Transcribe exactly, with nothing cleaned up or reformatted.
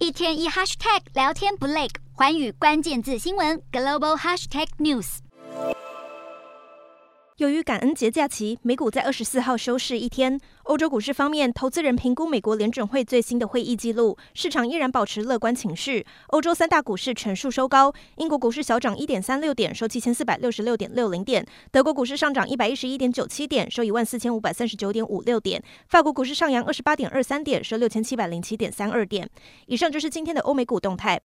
一天一 hashtag 聊天不累，寰宇关键字新闻 global hashtag news。 由于感恩节假期，美股在二十四号休市一天。欧洲股市方面，投资人评估美国联准会最新的会议记录，市场依然保持乐观情绪。欧洲三大股市全数收高，英国股市小涨一点三六点，收七千四百六十六点六零点；德国股市上涨一百一十一点九七点，收一万四千五百三十九点五六点；法国股市上扬二十八点二三点，收六千七百零七点三二点。以上就是今天的欧美股动态。